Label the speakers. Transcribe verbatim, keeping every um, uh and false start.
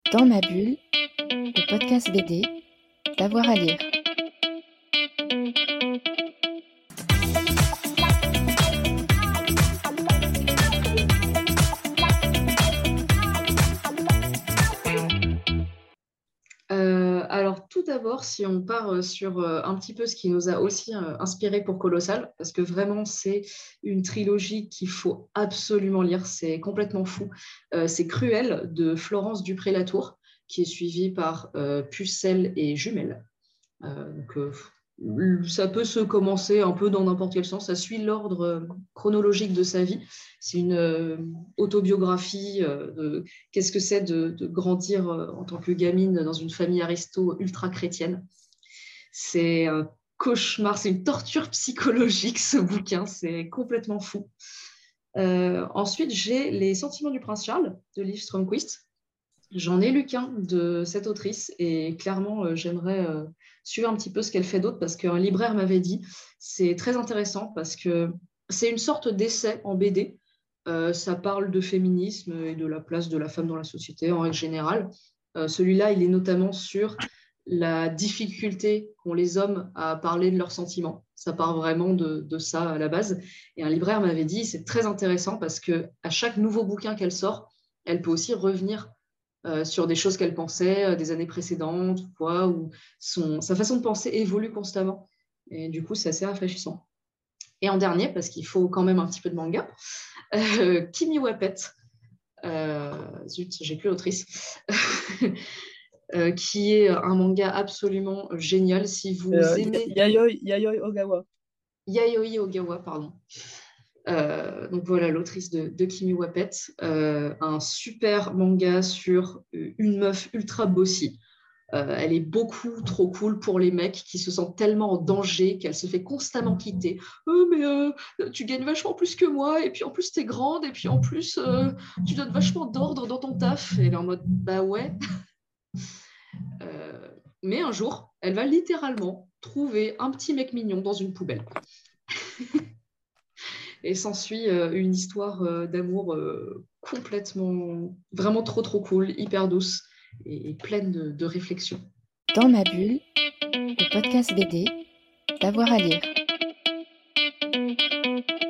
Speaker 1: Dans ma bulle, le podcast B D, d'avoir à lire.
Speaker 2: Euh, alors tout d'abord, si on part euh, sur euh, un petit peu ce qui nous a aussi euh, inspiré pour Colossal, parce que vraiment c'est une trilogie qu'il faut absolument lire, c'est complètement fou. Euh, c'est Cruel de Florence Dupré-Latour, qui est suivie par euh, Pucelle et Jumelles. Euh, donc, euh, ça peut se commencer un peu dans n'importe quel sens. Ça suit l'ordre euh, chronologique de sa vie. C'est une euh, autobiographie euh, de qu'est-ce que c'est de, de grandir euh, en tant que gamine dans une famille aristo ultra chrétienne. C'est un cauchemar, c'est une torture psychologique ce bouquin. C'est complètement fou. Euh, ensuite, j'ai Les Sentiments du prince Charles de Liv Strömquist. J'en ai lu qu'un de cette autrice et clairement, euh, j'aimerais euh, suivre un petit peu ce qu'elle fait d'autre parce qu'un libraire m'avait dit, c'est très intéressant parce que c'est une sorte d'essai en B D. Euh, ça parle de féminisme et de la place de la femme dans la société en règle générale. Euh, celui-là, il est notamment sur la difficulté qu'ont les hommes à parler de leurs sentiments. Ça part vraiment de, de ça à la base. Et un libraire m'avait dit, c'est très intéressant parce que à chaque nouveau bouquin qu'elle sort, elle peut aussi revenir euh, sur des choses qu'elle pensait euh, des années précédentes, ou quoi, où son, sa façon de penser évolue constamment. Et du coup, c'est assez rafraîchissant. Et en dernier, parce qu'il faut quand même un petit peu de manga, euh, Kimi Wapet, euh, zut, j'ai plus l'autrice, euh, qui est un manga absolument génial. Si vous
Speaker 3: Euh,
Speaker 2: aimez
Speaker 3: Yayoi, Yayoi Ogawa.
Speaker 2: Yayoi Ogawa, pardon. Euh, donc voilà, l'autrice de, de Kimi Wapet, euh, un super manga sur une meuf ultra bossy. Euh, elle est beaucoup trop cool pour les mecs qui se sentent tellement en danger qu'elle se fait constamment quitter. Euh, mais euh, tu gagnes vachement plus que moi, et puis en plus t'es grande, et puis en plus euh, tu donnes vachement d'ordre dans ton taf. Et elle est en mode bah ouais. Euh, mais un jour, elle va littéralement trouver un petit mec mignon dans une poubelle. Et s'ensuit euh, une histoire euh, d'amour euh, complètement, vraiment trop trop cool, hyper douce et, et pleine de, de réflexion.
Speaker 1: Dans ma bulle, le podcast B D, d'avoir à lire.